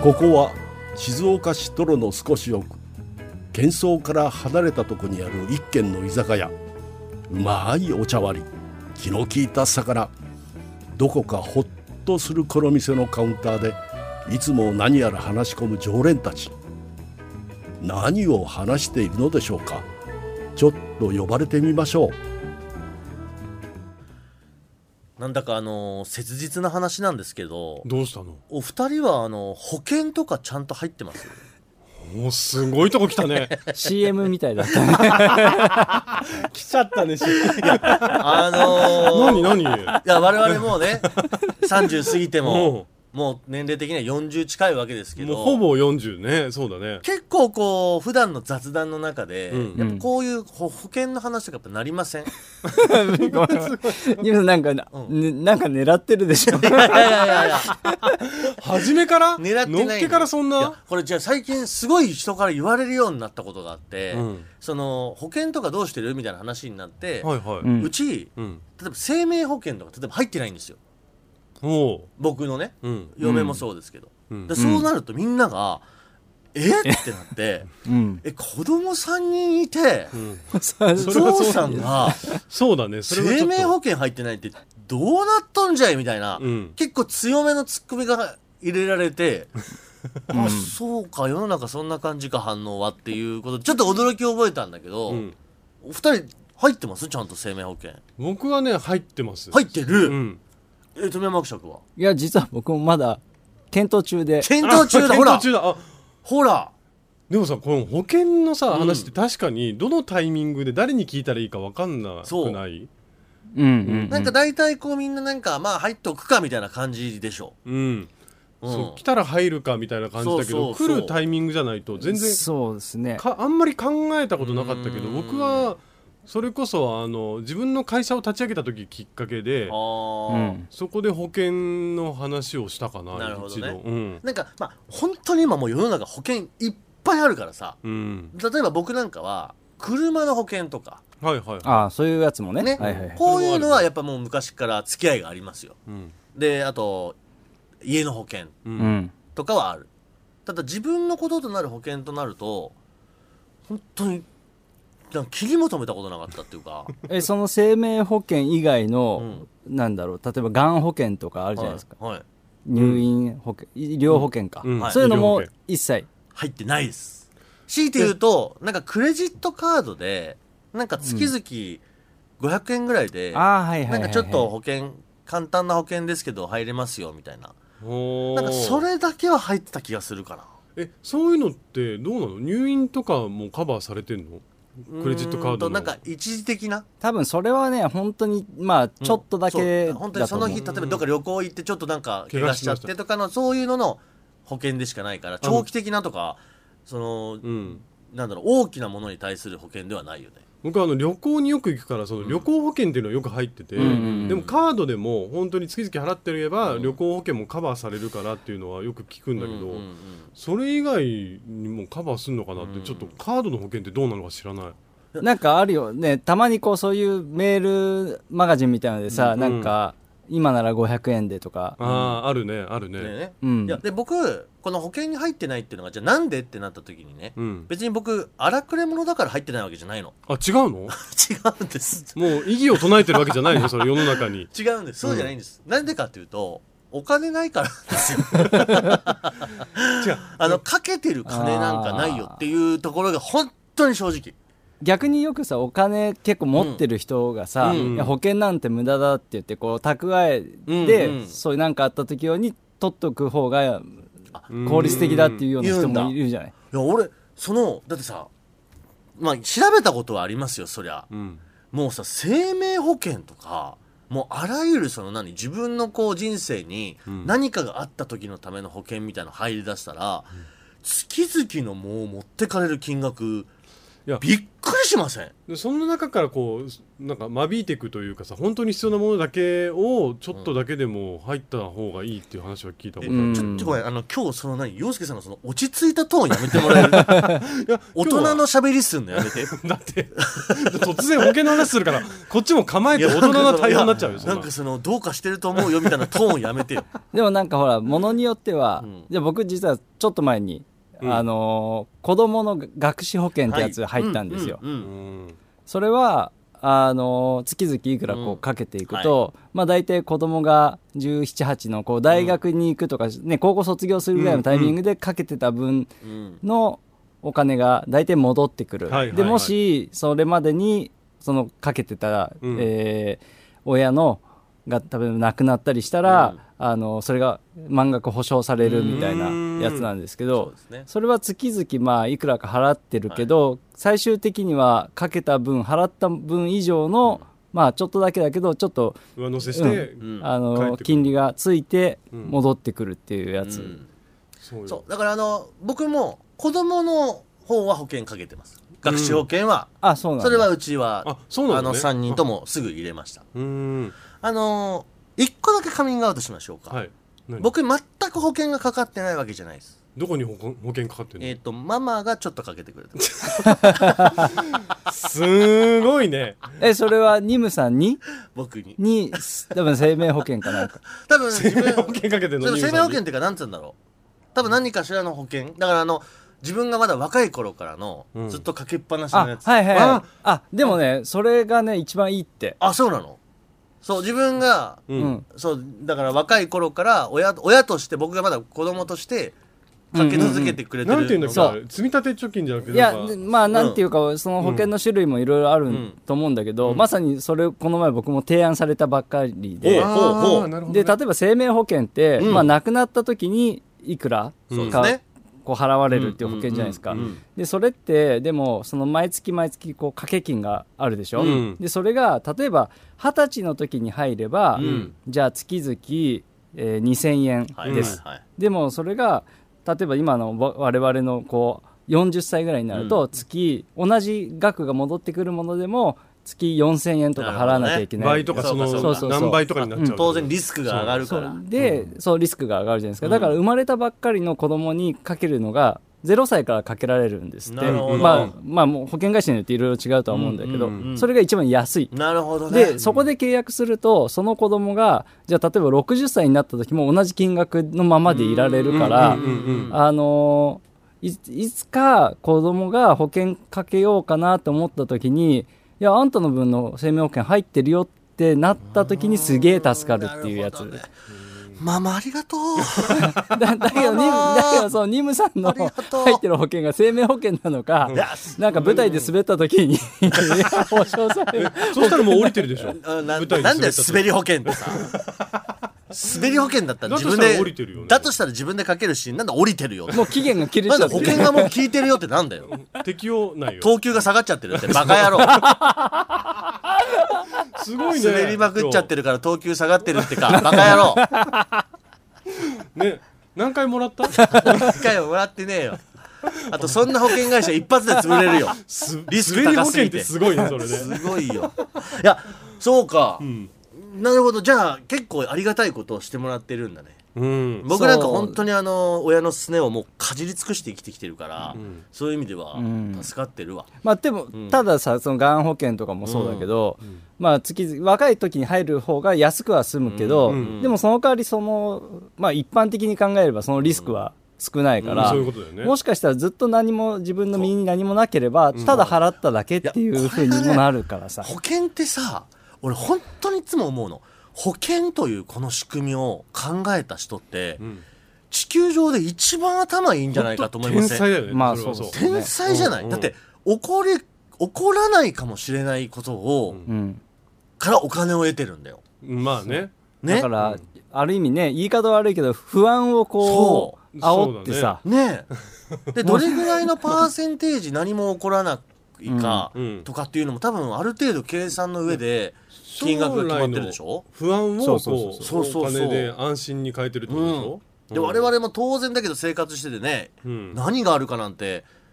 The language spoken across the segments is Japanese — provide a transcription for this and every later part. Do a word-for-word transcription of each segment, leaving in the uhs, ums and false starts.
ここは静岡市泥の少し奥、喧騒から離れたとこにある一軒の居酒屋。うまいお茶割り、気の利いた魚、どこかほっとするこの店のカウンターでいつも何やら話し込む常連たち。何を話しているのでしょうか。ちょっと呼ばれてみましょう。なんだかあの切実な話なんですけど、 どうしたの？ お二人はあの保険とかちゃんと入ってます？ お、すごいとこ来たね。 シーエム みたいだったね。 来ちゃったね。 あのー、 何何？ いや我々もうねさんじゅう過ぎてももう年齢的にはよんじゅう近いわけですけど、 もうほぼよんじゅうね。そうだね。 結構こう普段の雑談の中で、うん、やっぱこういう保険の話とかやっぱなりません？ ニムさんなんか、うん、なんか狙ってるでしょ。いやいやいやいや初めから狙ってない。 のっけからそんな。いやこれじゃあ最近すごい人から言われるようになったことがあって、うん、その保険とかどうしてるみたいな話になって、 はいはい、 うち、うん、例えば生命保険とか例えば入ってないんですよ。 お僕のね、うん、嫁もそうですけど、うん、でそうなるとみんなが、うん、えってなって、うん、え子供さんにんいて、うん、お父さんがそうだね、それは生命保険入ってないってどうなっとんじゃいみたいな、うん、結構強めのツッコミが入れられてあ、そうか世の中そんな感じか反応はっていうことでちょっと驚きを覚えたんだけど、うん、お二人入ってます？ちゃんと生命保険。 僕はね入ってます。 入ってる、うん、え富山伯爵は？ いや実は僕もまだ検討中で。 検討中だ。ほら検討中だ。あほらでもさこの保険のさ、うん、話って確かにどのタイミングで誰に聞いたらいいか分かんなくない？ うんうんうん、 なんか大体こうみんななんかまあ入っておくかみたいな感じでしょ。 うん、うん、そう来たら入るかみたいな感じだけど、そうそうそう来るタイミングじゃないと全然そうですね。 かあんまり考えたことなかったけど、僕はそれこそあの自分の会社を立ち上げた時きっかけで、あ、うん、そこで保険の話をしたかな。 なるほどね、 一度、うん、 なんかまあ本当に今もう世の中保険いっぱいあるからさ、うん、例えば僕なんかは車の保険とか、 はいはいはい、 あそういうやつも ね, ね、 はいはいはい、 こういうのはやっぱもう昔から付き合いがありますよ、うん、であと家の保険とかはある、うん、ただ自分のこととなる保険となると本当に切り求めたことなかったっていうかえその生命保険以外の、うん、なんだろう例えばがん保険とかあるじゃないですか、はいはい、入院保険、うん、医療保険か、うんうん、そういうのも一切入ってないです。強いて言うとなんかクレジットカードでなんか月々ごひゃくえんぐらいで、うん、なんかちょっと保険簡単な保険ですけど入れますよみたいな、なんかそれだけは入ってた気がするかな。 えそういうのってどうなの？入院とかもカバーされてんの？クレジットカードのなんか一時的な、 多分それはね本当にまあちょっとだけ、うん、 本当にその日例えばどっか旅行行ってちょっとなんか怪我しちゃってとかのそういうのの保険でしかないから、長期的なとかその、うん、なんだろう大きなものに対する保険ではないよね。 僕はあの旅行によく行くからその旅行保険っていうのはよく入ってて、うん、でもカードでも本当に月々払ってれば旅行保険もカバーされるからっていうのはよく聞くんだけど、うんうんうん、それ以外にもカバーするのかなってちょっとカードの保険ってどうなのか知らない。 なんかあるよね、たまにこうそういうメールマガジンみたいなのでさ、うん、なんか今ならごひゃくえんでとか、 あ、うん、あるねあるね、 ね、うん、いやで僕この保険に入ってないっていうのがじゃあなんでってなった時にね、うん、別に僕荒くれ者だから入ってないわけじゃないの。 あ違うの？違うんです。 もう異議を唱えてるわけじゃないのそれ世の中に。 違うんです。そうじゃないんです、うん、なんでかっていうとお金ないからですよ違うあのかけてる金なんかないよっていうところが本当に正直。 逆によくさお金結構持ってる人がさ、うん、いや保険なんて無駄だって言ってこう蓄えで、うんうん、そういうなんかあった時用に取っとく方が効率的だっていうような人もいるじゃない。 いや俺そのだってさまあ調べたことはありますよそりゃ、うん、もうさ生命保険とかもうあらゆるその何自分のこう人生に何かがあった時のための保険みたいなの入り出したら、うん、月々のもう持ってかれる金額びっくくりしません？ でその中からこうなんか間引いていくというかさ、本当に必要なものだけをちょっとだけでも入った方がいいっていう話は聞いたことある、 うん、ちょっとごめん、あの今日その何陽介さんのその落ち着いたトーンやめてもらえる？いや大人の喋りすんのやめて。 だって突然保険の話するからこっちも構えて大人な対応になっちゃうよ。 なんかそのどうかしてると思うよみたいなトーンやめてよ。 でもなんかほらものによっては、うん、じゃあ僕実はちょっと前に、うん、あのー、子供の学資保険ってやつ入ったんですよ、はい、うんうん、それはあのー、月々いくらこうかけていくと、うん、はい、まあ、大体子供がじゅうなな、はちのこう大学に行くとか、ね、高校卒業するぐらいのタイミングでかけてた分のお金が大体戻ってくる、うん、でもしそれまでにそのかけてた、うん、えー、親のが多分亡くなったりしたら、うん、あのそれが満額保証されるみたいなやつなんですけど、 そ, ね、それは月々まあいくらか払ってるけど、はい、最終的にはかけた分払った分以上の、うん、まあちょっとだけだけどちょっと上乗せして、 うん、あの金利がついて戻ってくるっていうやつ、うんうん、 そうそうだからあの僕も子供の方は保険かけてます。学資保険は、 うん、あそうなんだ。 それはうちは あ, そうなんだ、ね、 あのさんにんともすぐ入れました。 うん、 あのいっこだけカミングアウトしましょうか、はい、僕全く保険がかかってないわけじゃないです。 どこに保険かかってるの？ えっ、ー、とママがちょっとかけてくれてすごいね。 えそれはニムさんに僕にに多分生命保険かなんか多分生命保険かけてるの？ 生命保険っていうかなんつうんだろう、多分何かしらの保険だから、あの自分がまだ若い頃からのずっとかけっぱなしのやつ、 うん、あはいはい、ああでもねそれがね一番いいって。 あそうなの？そう自分が、うん、そうだから若い頃から親親として僕がまだ子供としてかけ続けてくれてるのが、うんうんうん、なんていうんだっけ、積み立て貯金じゃなくて、 いやまあなんていうか、うん、その保険の種類もいろいろあると思うんだけど、うん、まさにそれこの前僕も提案されたばっかりで、 ほうで例えば生命保険って、うん、まあ、亡くなった時にいくらか、うんこう払われるっていう保険じゃないですか、うんうんうん、でそれってでもその毎月毎月こう掛け金があるでしょ、うん、でそれが例えばはたちの時に入れば、うん、じゃあ月々、えー、にせんえんです、はいはいはい、でもそれが例えば今の我々のこうよんじゅっさいぐらいになると月、うん、同じ額が戻ってくるものでも月よんせんえんとか払わなきゃいけない、ね、 倍とかそのそうそうそう何倍とかになっちゃう、うん、 当然リスクが上がるからそうで、うん、そうリスクが上がるじゃないですか、だから生まれたばっかりの子供にかけるのがゼロさいからかけられるんですって。まあ、まあもう保険会社によっていろいろ違うとは思うんだけど、うんうんうん、それが一番安い。 なるほどね。 でそこで契約するとその子供がじゃあ例えばろくじゅっさいになった時も同じ金額のままでいられるから、あのい, いつか子供が保険かけようかなと思った時に、いやあんたの分の生命保険入ってるよってなった時にすげえ助かるっていうやつ。 ママありがとうだ, だけどニムだけどそのニムさんの入ってる保険が生命保険なのか、なんか舞台で滑った時に保証されるそしたらもう降りてるでしょな, なんで滑り保険ってさ滑り保険だったら自分でだ と,、ね、だとしたら自分でかけるし、なんだ降りてるよもう期限が切れちゃってなんだ保険がもう効いてるよってなんだよ適用ないよ、 等級が下がっちゃってるってバカ野郎すごいね、 滑りまくっちゃってるから等級下がってるってかバカ野郎ね、何回もらった何回ももらってねえよ。あとそんな保険会社一発で潰れるよリスク高すぎて。 すごいねそれねすごいよ。いやそうか、うん、なるほど。じゃあ結構ありがたいことをしてもらってるんだね、うん、僕なんか本当にあの親のすねをもうかじり尽くして生きてきてるから、うん、そういう意味では助かってるわ、うん、 まあでも、うん、たださそのがん保険とかもそうだけど、うん、まあ月若い時に入る方が安くは済むけど、うん、でもその代わりその、まあ、一般的に考えればそのリスクは少ないから、うんうん、もしかしたらずっと何も自分の身に何もなければただ払っただけっていう風にもなるからさ、 ね、保険ってさ俺本当にいつも思うの、保険というこの仕組みを考えた人って、うん、地球上で一番頭いいんじゃないかと思いません？ 天才だよね。 まあそうそう、 天才じゃない、うんうん、だって起こり起こらないかもしれないことを、うん、からお金を得てるんだよ。 まあね。 ねだから、うん、ある意味ね言い方悪いけど不安をこう煽ってさねえでどれぐらいのパーセンテージ何も起こらないかとかっていうのも多分ある程度計算の上で金額が決まってるでしょ。 不安をこうお金で安心に変えてるってことでしょ、 うん、で我々も当然だけど生活しててね、うん、何があるかなんて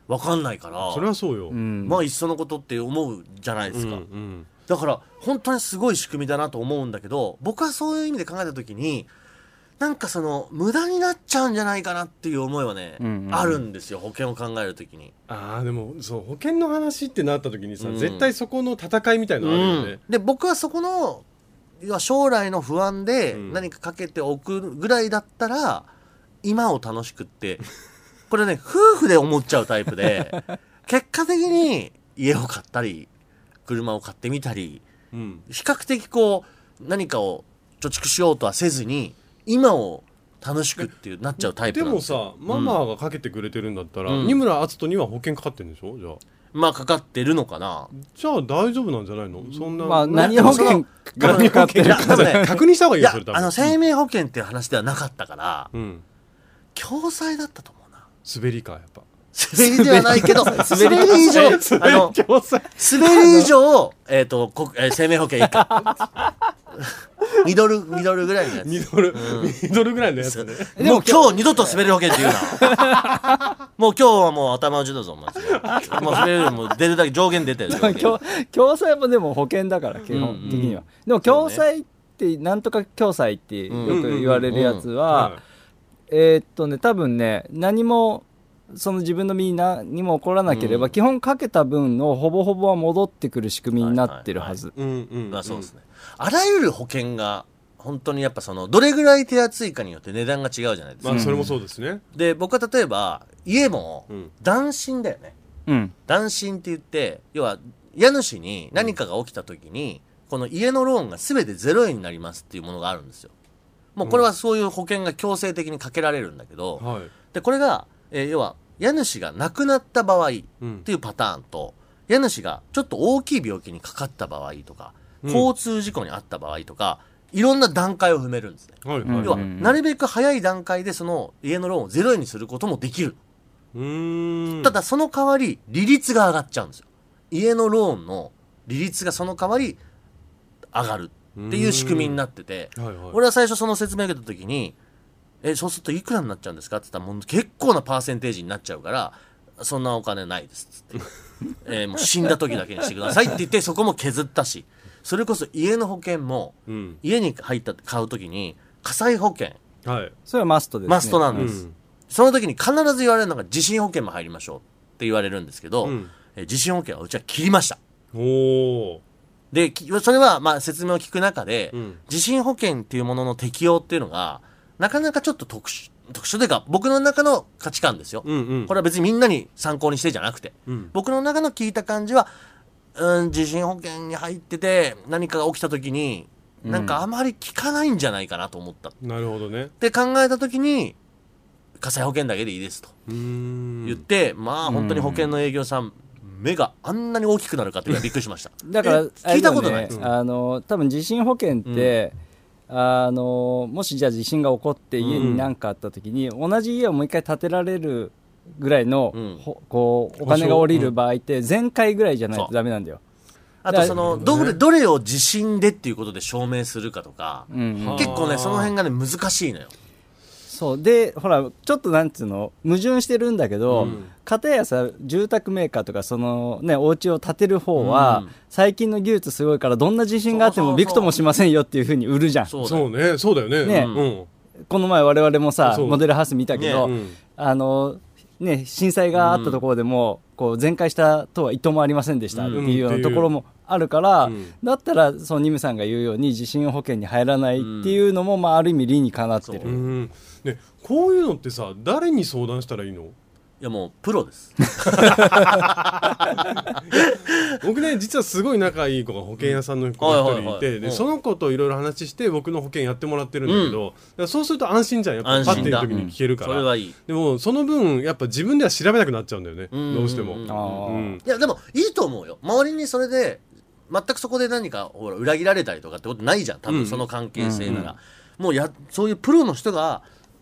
分かんないから、 それはそうよ、うん、 まあいっそのことって思うじゃないですか、うんうん、だから本当にすごい仕組みだなと思うんだけど、僕はそういう意味で考えた時になんかその無駄になっちゃうんじゃないかなっていう思いはね、うんうん、あるんですよ、保険を考える時に。 ああでもそう保険の話ってなった時にさ、うん、絶対そこの戦いみたいなのあるよね、うん、 で僕はそこの将来の不安で何かかけておくぐらいだったら、うん、今を楽しくってこれね夫婦で思っちゃうタイプで結果的に家を買ったり車を買ってみたり、うん、比較的こう何かを貯蓄しようとはせずに今を楽しくっていうなっちゃうタイプなんですよ。 でもさママがかけてくれてるんだったら、うん、二村篤人には保険かかってるんでしょ。じゃあまあかかってるのかな。 じゃあ大丈夫なんじゃないの。そんな、 まあ、何保険がかかってるか、 ね、確認した方がいいよ。それ多分あの生命保険っていう話ではなかったから、うん、共済だったと思うな。 滑りかやっぱ滑りではないけど滑り以上あの滑り以上、えーとこえー、生命保険以下ミドルミドルぐらいのやつミドル、うん、ミドルぐらいのやつね。 でも今日二度と滑り保険って言うなもう今日はもう頭打ちだぞお前もう滑りも出るだけ上限出てる共済もでも保険だから基本的には、うんうん、でも共済ってなんとか共済ってよく言われるやつは、えー、っとね多分ね何もその自分の身に何も起こらなければ、うん、基本かけた分のほぼほぼは戻ってくる仕組みになってるはず。 そうですね。あらゆる保険が本当にやっぱそのどれぐらい手厚いかによって値段が違うじゃないですか。 まあそれもそうですね。 で僕は例えば家も断信だよね、うん、断信って言って要は家主に何かが起きた時に、うん、この家のローンが全てゼロえんになりますっていうものがあるんですよ。もうこれはそういう保険が強制的にかけられるんだけど、うんはい、でこれがえー、要は家主が亡くなった場合っていうパターンと、うん、家主がちょっと大きい病気にかかった場合とか、うん、交通事故に遭った場合とかいろんな段階を踏めるんですね、はいはい、要はなるべく早い段階でその家のローンをゼロえんにすることもできる。うーんただその代わり利率が上がっちゃうんですよ。家のローンの利率がその代わり上がるっていう仕組みになってて、はいはい、俺は最初その説明を受けた時にえそうするといくらになっちゃうんですかって言ったらもう結構なパーセンテージになっちゃうからそんなお金ないですっつって、えー、もう死んだ時だけにしてくださいって言ってそこも削ったし、それこそ家の保険も、うん、家に入った買う時に火災保険、 はい、それはマストですね。 マストなんです、うん、その時に必ず言われるのが地震保険も入りましょうって言われるんですけど、うん、えー、地震保険はうちは切りました。おーでそれはまあ説明を聞く中で、うん、地震保険っていうものの適用っていうのがなかなかちょっと特殊特殊というか僕の中の価値観ですよ、うんうん、これは別にみんなに参考にしてじゃなくて、うん、僕の中の聞いた感じは、うん、地震保険に入ってて何かが起きた時に、うん、なんかあまり効かないんじゃないかなと思った。 なるほどね。 って考えた時に火災保険だけでいいですと言ってまあ本当に保険の営業さん目があんなに大きくなるかってびっくりしましただから聞いたことないです、 ね、あの多分地震保険って、うんあのもしじゃあ地震が起こって家に何かあった時に、うん、同じ家をもう一回建てられるぐらいの、うん、こうお金が下りる場合って全回ぐらいじゃないとダメなんだよ。 あとそのどれ、どれを地震でっていうことで証明するかとか、うんうん、結構ねその辺がね難しいのよ。 そうでほらちょっとなんつうの矛盾してるんだけど、うん、片やさ住宅メーカーとかそのねお家を建てる方は、うん、最近の技術すごいからどんな地震があってもびくともしませんよっていう風に売るじゃん。 そうそうねそうだよね。ね、うん、 この前我々もさモデルハウス見たけど、ねうん、あのね震災があったところでも、うん、こう全壊したとは一頭もありませんでしたっていうようなところもあるから、うん、だったらそのニムさんが言うように地震保険に入らないっていうのも、まあ、ある意味理にかなってる、うんね、こういうのってさ誰に相談したらいいの？ いやもうプロです僕ね実はすごい仲いい子が保険屋さんの子が一人いて、でその子といろいろ話して僕の保険やってもらってるんだけど、うん、そうすると安心じゃんやっぱパッていう時に聞けるから、うん、それはいい。でもその分やっぱ自分では調べなくなっちゃうんだよね、うん、どうしても、うんうん、いやでもいいと思うよ。周りにそれで全くそこで何かほら裏切られたりとかってことないじゃん多分その関係性なら、うんうん、もうやそういうプロの人が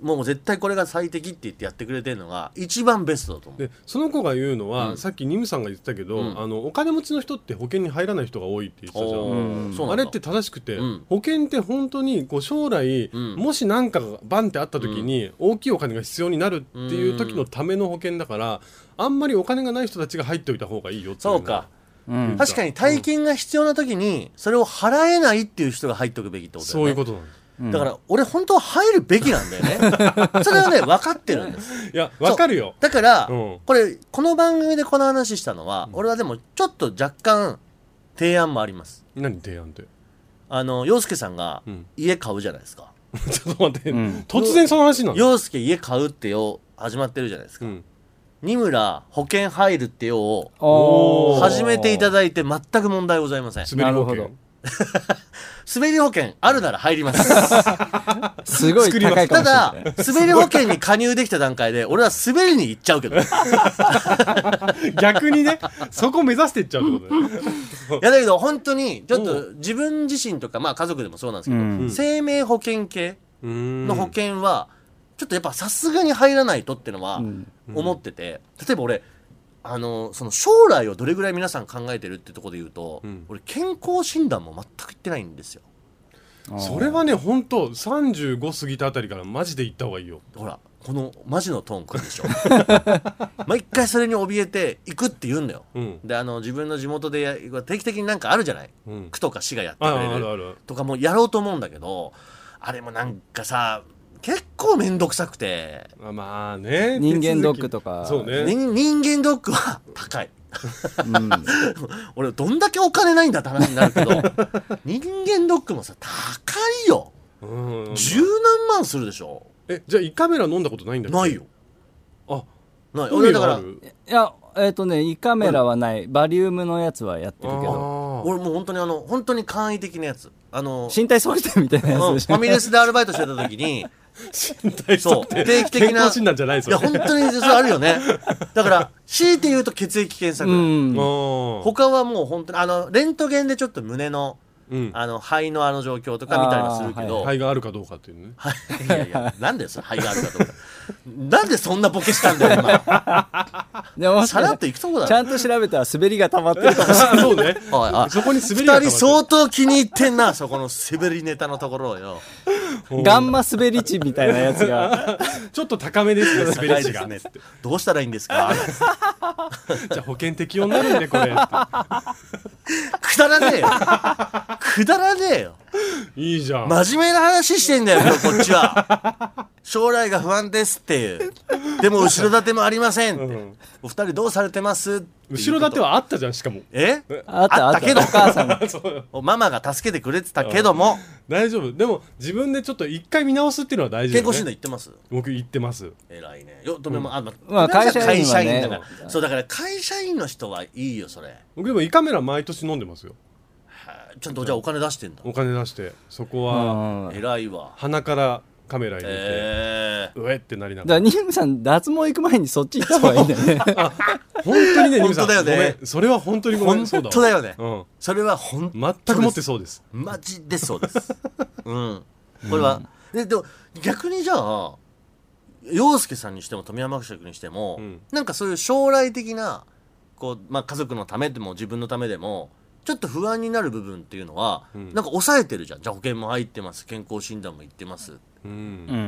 もう絶対これが最適って言ってやってくれてるのが一番ベストだと思う。 でその子が言うのは、 うん、 さっきニムさんが言ってたけど、うん、あのお金持ちの人って保険に入らない人が多いって言ってたじゃん、うん、あれって正しくて、うん、保険って本当にこう将来、うん、もし何かがバンってあった時に、うん、大きいお金が必要になるっていう時のための保険だから、あんまりお金がない人たちが入っておいた方がいいよっていうの。 そうか、うん、確かに大金が必要な時にそれを払えないっていう人が入っておくべきってことだよね。 そういうことなんです。 だから俺本当は入るべきなんだよねそれはね分かってるんです。 いや分かるよ。 だから、うん、これこの番組でこの話したのは、うん、俺はでもちょっと若干提案もあります。 何提案って？ あの陽介さんが家買うじゃないですか、 うん、ちょっと待って、うん、突然その話なの？ 陽介家買うってよ始まってるじゃないですか、うん、二村保険入るってよを始めていただいて全く問題ございません。 滑り保険滑り保険あるなら入りますすごい高いかもしれない。 ただ滑り保険に加入できた段階で俺は滑りに行っちゃうけど逆にねそこ目指していっちゃうってことねいやだけど本当にちょっと自分自身とかまあ家族でもそうなんですけど、うん、生命保険系の保険はちょっとやっぱさすがに入らないとってのは思ってて、例えば俺あのその将来をどれぐらい皆さん考えてるってところで言うと、うん、俺健康診断も全く言ってないんですよ。 それはね本当さんじゅうご過ぎたあたりからマジで行った方がいいよ。 ほらこのマジのトーンくるでしょ毎回それに怯えて行くって言うんだよ、うん、であの自分の地元でや定期的になんかあるじゃない、うん、区とか市がやってくれるあるあるとかもやろうと思うんだけど、あれもなんかさ結構めんどくさくて。 まあね人間ドックとかそうね人間ドックは高い、うん、俺どんだけお金ないんだって話になるけど人間ドックもさ高いよ、うん、十何万するでしょ。 えじゃあ胃カメラ飲んだことないんだっけ？ ないよ。 あない。俺だからいやえっ、ー、とね胃カメラはない、バリウムのやつはやってるけど、 俺もう本当にあの本当に簡易的なやつ、あの身体測定みたいなやつ、 うん、ファミレスでアルバイトしてた時に身体測定定期的な健康診断じゃないですよ。 いや本当にそれあるよねだから強いて言うと血液検査ぐらい、うん、他はもう本当にあのレントゲンでちょっと胸のうん、あの肺のあの状況とか見たりはするけど、 はい、肺があるかどうかっていうねいやいやなんでそれ肺があるかどうかなんでそんなボケしたんだよ今でもさらっといくとこだろ。 ちゃんと調べたら滑りが溜まってるかもしれないそうねあそこに滑りが溜まってる。 ふたり相当気に入ってんなそこの滑りネタのところをよガンマ滑り値みたいなやつがちょっと高めですね滑り値がねどうしたらいいんですかじゃあ保険適用になるんでこれってくだらねえよくだらねえよ。 いいじゃん真面目な話してんだよ今日こっちは将来が不安ですっていうでも後ろ盾もありませんって、うん、お二人どうされてますって後ろ盾はあったじゃん。しかもえあったあったけどお母さんがママが助けてくれてたけども大丈夫。でも自分でちょっと一回見直すっていうのは大事だよね。 健康診断行ってます？ 僕行ってます。 偉いねよ。でも、うん、あ、ままあ、会社員はね、会社員だからそうだから会社員の人はいいよそれ。 僕でも胃カメラ毎年飲んでますよ。 ちゃんとじゃあお金出してんだ。 お金出してそこは偉いわ。 鼻からカメラ入れて、えー、うえってなりながら。だからニムさん脱毛行く前にそっち行った方がいいんだよねあ本当にねニムさん本当だよね。 ごめんそれは本当にごめん。 本当だよね、 うん、 それは本当全くもってそうです。 マジでそうですうんこれは、うん、ででも逆にじゃあ陽介さんにしても富山伯爵にしても、うん、なんかそういう将来的なこう、まあ、家族のためでも自分のためでもちょっと不安になる部分っていうのは、うん、なんか抑えてるじゃん。じゃあ保険も入ってます健康診断も行ってます、うん、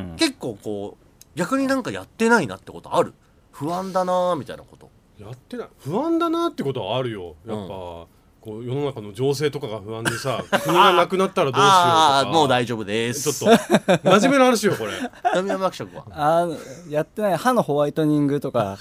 結構こう逆になんかやってないなってことある？不安だなみたいなことやってない。不安だなってことはあるよやっぱ、うん、こう世の中の情勢とかが不安でさ国がなくなったらどうしようとかあもう大丈夫ですちょっと真面目な話よこれ富山伯爵はあやってない。歯のホワイトニングとか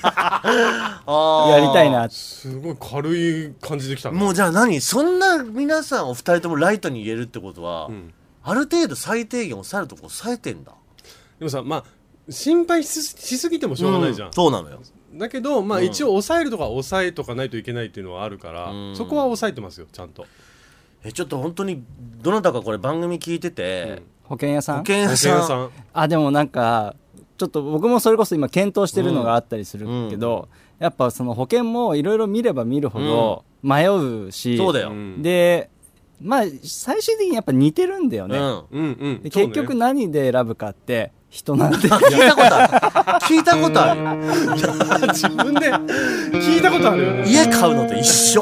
やりたいな。 すごい軽い感じできたな。 もうじゃあ何そんな皆さんお二人ともライトに言えるってことは、うん、ある程度最低限抑えるとこ抑えてんだ。 でもさまあ心配 し, しすぎてもしょうがないじゃん、 うん、そうなのよ。 だけど、まあ、一応抑えるとか抑えとかないといけないっていうのはあるから、うん、そこは抑えてますよちゃんと。 えちょっと本当にどなたかこれ番組聞いてて、 うん、保険屋さん保険屋さんあでもなんかちょっと僕もそれこそ今検討してるのがあったりするけど、うん、やっぱその保険もいろいろ見れば見るほど迷うし、うん、 そうだよ。 でまあ最終的にやっぱ似てるんだよね、 うんうんうん、 で結局何で選ぶかって人なんて聞いたことある聞いたことあるよ自分で聞いたことあるよね。 家買うのと一緒。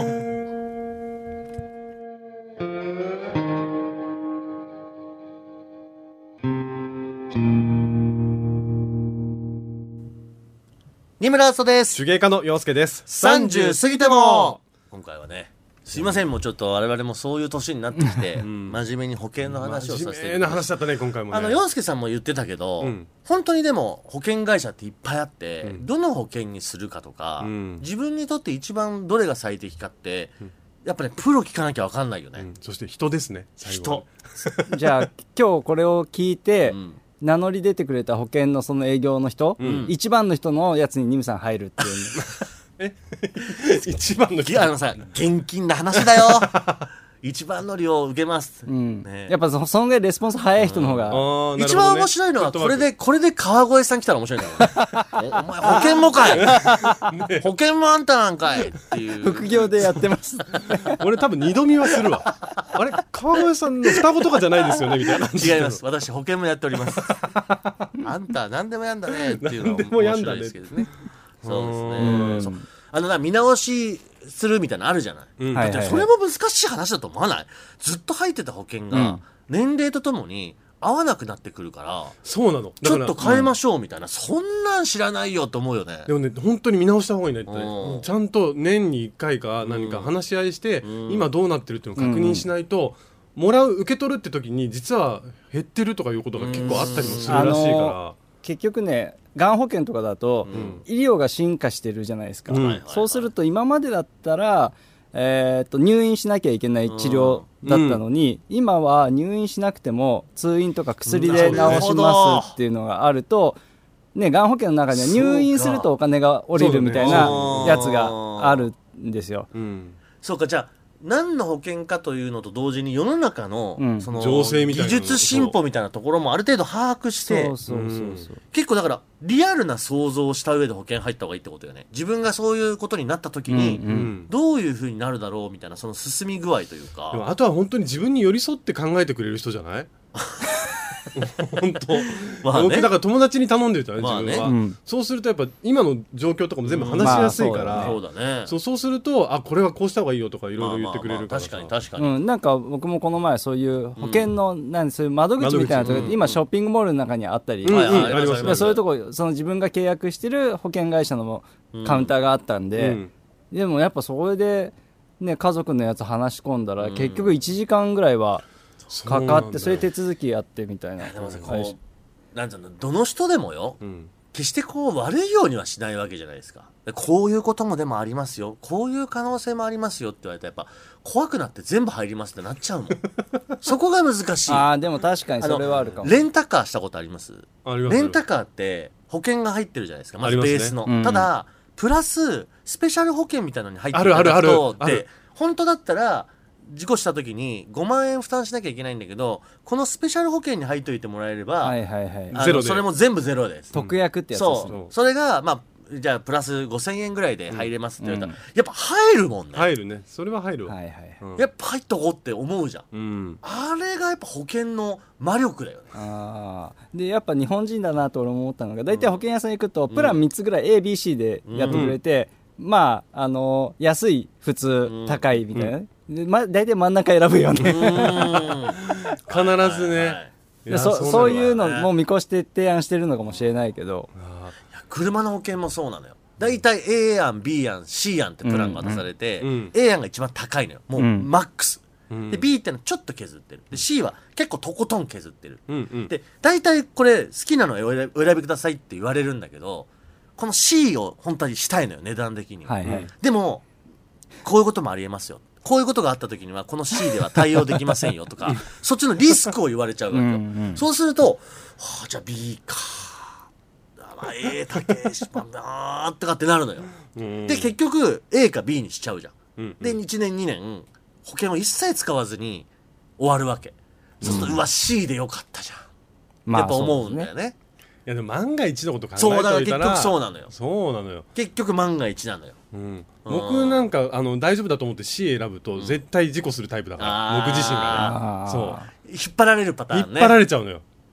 二村敦です。 手芸家の陽介です。 さんじゅう過ぎても。今回はね、すいません、もうちょっと我々もそういう年になってきて、うん、真面目に保険の話をさせて、 真面目な話だったね今回もね。 あの陽介さんも言ってたけど、うん、本当にでも保険会社っていっぱいあって、うん、どの保険にするかとか、うん、自分にとって一番どれが最適かって、うん、やっぱねプロ聞かなきゃ分かんないよね、うん、 そして人ですね。 人じゃあ今日これを聞いて、うん、名乗り出てくれた保険のその営業の人、うん、一番の人のやつにニムさん入るっていうえ一番の人あのさ現金な話だよ一番乗りを受けます、 うんね、やっぱ そ, そのぐらいレスポンス早い人の方が、 うんね、一番面白いのはこれでこれで川越さん来たら面白いんだよお, お前保険もかい、ね、保険もあんたなんかいっていう副業でやってます俺多分二度見はするわあれ川越さんの双子とかじゃないですよねみたいな。 違います、私保険もやっておりますあんた何でもやんだねっていうのは面白いですけどね。そうですね。そうあのな見直しするみたいなのあるじゃない、うん、だってそれも難しい話だと思わない？ずっと入ってた保険が年齢とともに合わなくなってくるから、 そうなのちょっと変えましょうみたいな、うん、そんなん知らないよと思うよね。 でもね本当に見直した方がいいねって、ね、ちゃんと年にいっかいか何か話し合いして、うん、今どうなってるっていうのを確認しないと、うん、もらう受け取るって時に実は減ってるとかいうことが結構あったりもするらしいから、うん、 結局ねがん保険とかだと、うん、医療が進化してるじゃないですか、うん、そうすると今までだったら、えー、と入院しなきゃいけない治療だったのに、うん、今は入院しなくても通院とか薬で治しますっていうのがあると、ね、がん保険の中には入院するとお金が下りるみたいなやつがあるんですよ。 そう、ね、うん、そうか。じゃあ何の保険かというのと同時に世の中 の,、うん、その技術進歩みたいなところもある程度把握して、結構だからリアルな想像をした上で保険入った方がいいってことよね。自分がそういうことになった時に、うんうん、どういう風になるだろうみたいなその進み具合というか。 でもあとは本当に自分に寄り添って考えてくれる人じゃない本当、まあね、僕だから友達に頼んでるじゃない、まあね、自分は、うん、そうするとやっぱ今の状況とかも全部話しやすいから、 うんまあそうだね、 そう、そうするとあこれはこうした方がいいよとかいろいろ言ってくれるからさ、 まあまあまあ確かに確かに、 うん、なんか僕もこの前そういう保険の、うん、なんそういう窓口みたいなところ、うん、今ショッピングモールの中にあったり、うんうん、ありますね、そういうところその自分が契約してる保険会社のカウンターがあったんで、うん、でもやっぱそれで、ね、家族のやつ話し込んだら、うん、結局いちじかんぐらいはかかって、それ手続きやってみたいな。 でもさ、こうなんていうの、どの人でもよ、うん、決してこう悪いようにはしないわけじゃないですか。こういうこともでもありますよ、こういう可能性もありますよって言われたらやっぱ怖くなって全部入りますってなっちゃうもんそこが難しい。 あでも確かにそれはあるかも。 レンタカーしたことあります？ あります。 レンタカーって保険が入ってるじゃないですか、まずベースの、ね、うん、ただプラススペシャル保険みたいなのに入ってるとって本当だったら事故した時にごまんえん負担しなきゃいけないんだけど、このスペシャル保険に入っといてもらえれば、はいはいはい、ゼロでそれも全部ゼロです。 特約ってやつです。 そう、それがまあじゃあプラスごせんえんぐらいで入れますって言われたら、うん、やっぱ入るもんね。 入るね、それは入るわ、 はいはいうん、やっぱ入っとこうって思うじゃん、うん、あれがやっぱ保険の魔力だよね。 あでやっぱ日本人だなと俺も思ったのが、大体保険屋さん行くとプランみっつぐらい エービーシー でやってくれて、うん、まああの安い普通、うん、高いみたいな、うんでま、大体真ん中選ぶよね必ずね、 いや そ, そういうのも見越して提案してるのかもしれないけど、 いや車の保険もそうなのよ。大体 A 案 B 案 C 案ってプランが渡されて、うんうん、A 案が一番高いのよ、もうマックス、うん、で B ってのはちょっと削ってる、で C は結構とことん削ってる、うんうん、で大体これ好きなのをお選びくださいって言われるんだけど、この C を本当にしたいのよ、値段的には、はいはい、でもこういうこともありえますよ、こういうことがあった時にはこの C では対応できませんよとかそっちのリスクを言われちゃうわけよ、うんうん、そうすると、はあ、じゃあ B か、あ A だけしまあーとかってなるのよ、うん、で結局 A か B にしちゃうじゃん、うんうん、でいちねんにねん保険を一切使わずに終わるわけ、そうすると、うん、うわ C でよかったじゃん、まあ、やっぱ思うんだよね。 いやでも万が一のこと考えといたら、 そうだから結局そうなのよ。 そうなのよ。 結局万が一なのよ。 うん、僕なんかあの大丈夫だと思って C 選ぶと絶対事故するタイプだから、うん、僕自身がね、そう引っ張られるパターンね。 引っ張られちゃうのよ。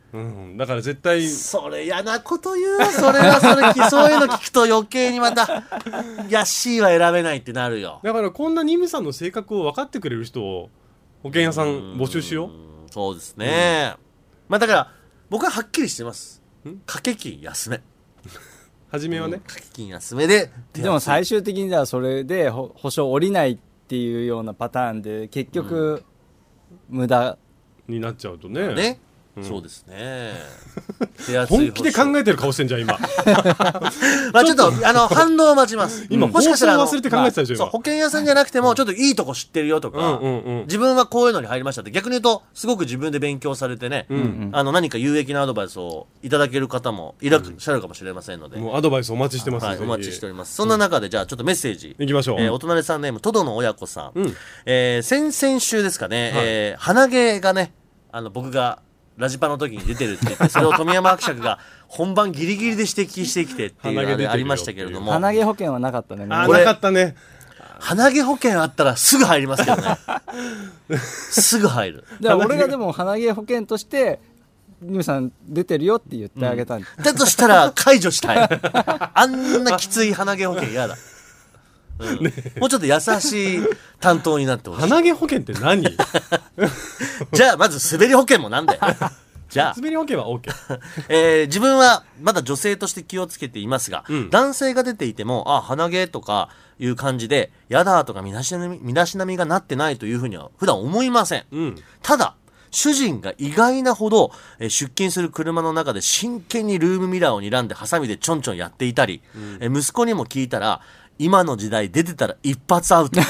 うん、だから絶対それ嫌なこと言う。それはそれそういうの聞くと余計にまた安いは選べないってなるよ。 だからこんなニムさんの性格を分かってくれる人を保険屋さん募集しよう。 うそうですね、うん、まあだから僕ははっきりしてます。掛け金安め初めはね、 掛け金安めで。 でも最終的にはそれで保証降りないっていうようなパターンで結局無駄になっちゃうとね。 ね、うん、そうですね。 本気で考えてる顔してんじゃん今。 まあちょっとあの反応を待ちます。 今もしかしたら忘れて考えてたでしょ、 まあ、そう保険屋さんじゃなくてもちょっといいとこ知ってるよとか、うんうんうん、自分はこういうのに入りましたって逆に言うとすごく自分で勉強されてね、うんうん、あの何か有益なアドバイスをいただける方もいらっしゃるかもしれませんので、 もうアドバイスお待ちしてます、 はい、お待ちしております。そんな中でじゃあちょっとメッセージいきましょう。 えー、お隣さんネームトドの親子さん、うん、えー、先々週ですかね、はい、えー、鼻毛がねあの僕がラジパの時に出てるって言ってそれを富山伯爵が本番ギリギリで指摘してきてっていうあれありましたけれども、 鼻毛保険はなかったね。 あ、なかったね。 鼻毛保険あったらすぐ入りますけどね。すぐ入る。 だから俺がでも鼻毛保険としてニムさん出てるよって言ってあげたんで、 うん、だとしたら解除したい。あんなきつい鼻毛保険嫌だ。うんね、もうちょっと優しい担当になってほしい。 鼻毛保険って何？ じゃあまず滑り保険もなんだよ。じゃあ滑り保険は OK、 えー、自分はまだ女性として気をつけていますが、うん、男性が出ていてもあ鼻毛とかいう感じでやだとか身だしなみ身だしなみがなってないというふうには普段思いません、うん、ただ主人が意外なほど、えー、出勤する車の中で真剣にルームミラーを睨んでハサミでちょんちょんやっていたり、うん、えー、息子にも聞いたら今の時代出てたら一発アウト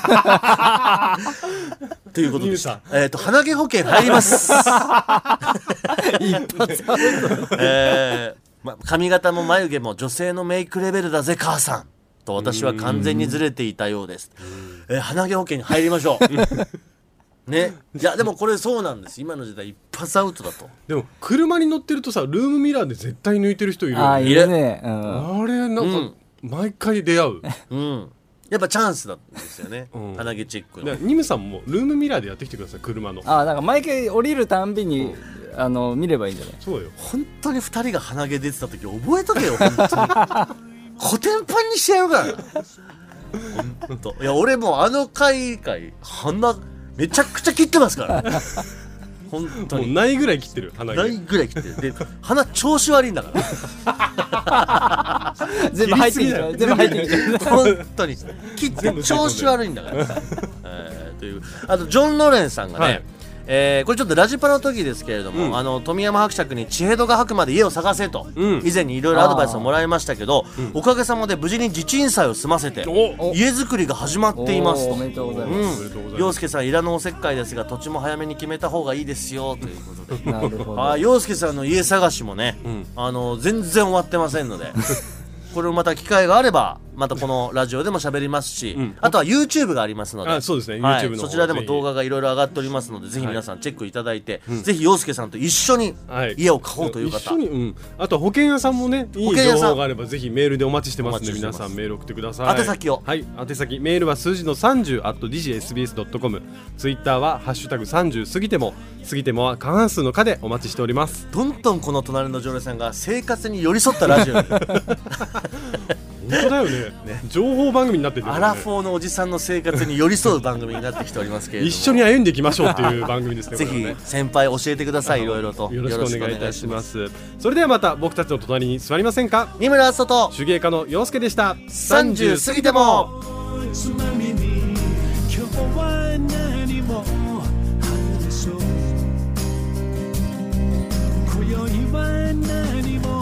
ということでした。えっ、ー、と鼻毛保険入ります。一発アウト。 えーま、髪型も眉毛も女性のメイクレベルだぜ母さんと私は完全にずれていたようです。えー、鼻毛保険に入りましょう。ね、いやでもこれそうなんです。今の時代一発アウトだと。 でも車に乗ってるとさルームミラーで絶対抜いてる人いるよね。 あ、いるね、うん、 あれなんか、うん、毎回出会う、 うん、やっぱチャンスなんですよね、うん、鼻毛チェックの。 ニムさんもルームミラーでやってきてください。車のあ、なんか毎回降りるたんびに、うん、あの見ればいいんじゃない。 そうよ。 本当にふたりが鼻毛出てた時覚えとけよ本当に。コテンパンにしてやるからな。本当いや俺もうあの回回鼻めちゃくちゃ切ってますから本当にもうないぐらい切ってる。鼻毛ないぐらい切ってる。で鼻調子悪いんだから全部入ってきちゃう。全部入ってきちゃう。 本当に切って調子悪いんだから、えー、というあとジョン・ロレンさんがね、はい、えー、これちょっとラジパの時ですけれども、うん、あの富山伯爵に地平道が吐くまで家を探せと、うん、以前にいろいろアドバイスをもらいましたけど、うん、おかげさまで無事に地鎮祭を済ませて家づくりが始まっていますと。 おめでとうございます。 陽介さんいらぬおせっかいですが土地も早めに決めた方がいいですよということでなるほど。 あ、陽介さんの家探しもね、うん、あの全然終わってませんのでこれをまた機会があればまたこのラジオでも喋りますし、うん、あとは YouTube がありますので、 あ、そうですね、 はい、 YouTube のそちらでも動画がいろいろ上がっておりますのでぜひ皆さんチェックいただいて、はい、ぜひ陽介さんと一緒に家を買おうという方、 はい、一緒に、うん、あと保険屋さんもねいい情報があればぜひメールでお待ちしてますので皆さんメール送ってください。 宛先を、 はい、宛先メールは数字のさんじゅう アットディジエスビーエスドットコム、 ツイッターはハッシュタグさんじゅう過ぎても過ぎてもは過半数の課でお待ちしております。 どんどんこの隣の常連さんが生活に寄り添ったラジオに本当だよ ね, ね情報番組になってる、ね、 アラフォーのおじさんの生活に寄り添う番組になってきておりますけれども一緒に歩んでいきましょうっていう番組ですね。 ぜひ先輩教えてください。いろいろとよろしくお願いいたします。それではまた僕たちの隣に座りませんか。 二村敦人手芸家の陽介でした。 さんじゅう過ぎてもつまみに今日は何も話そう。今宵は何も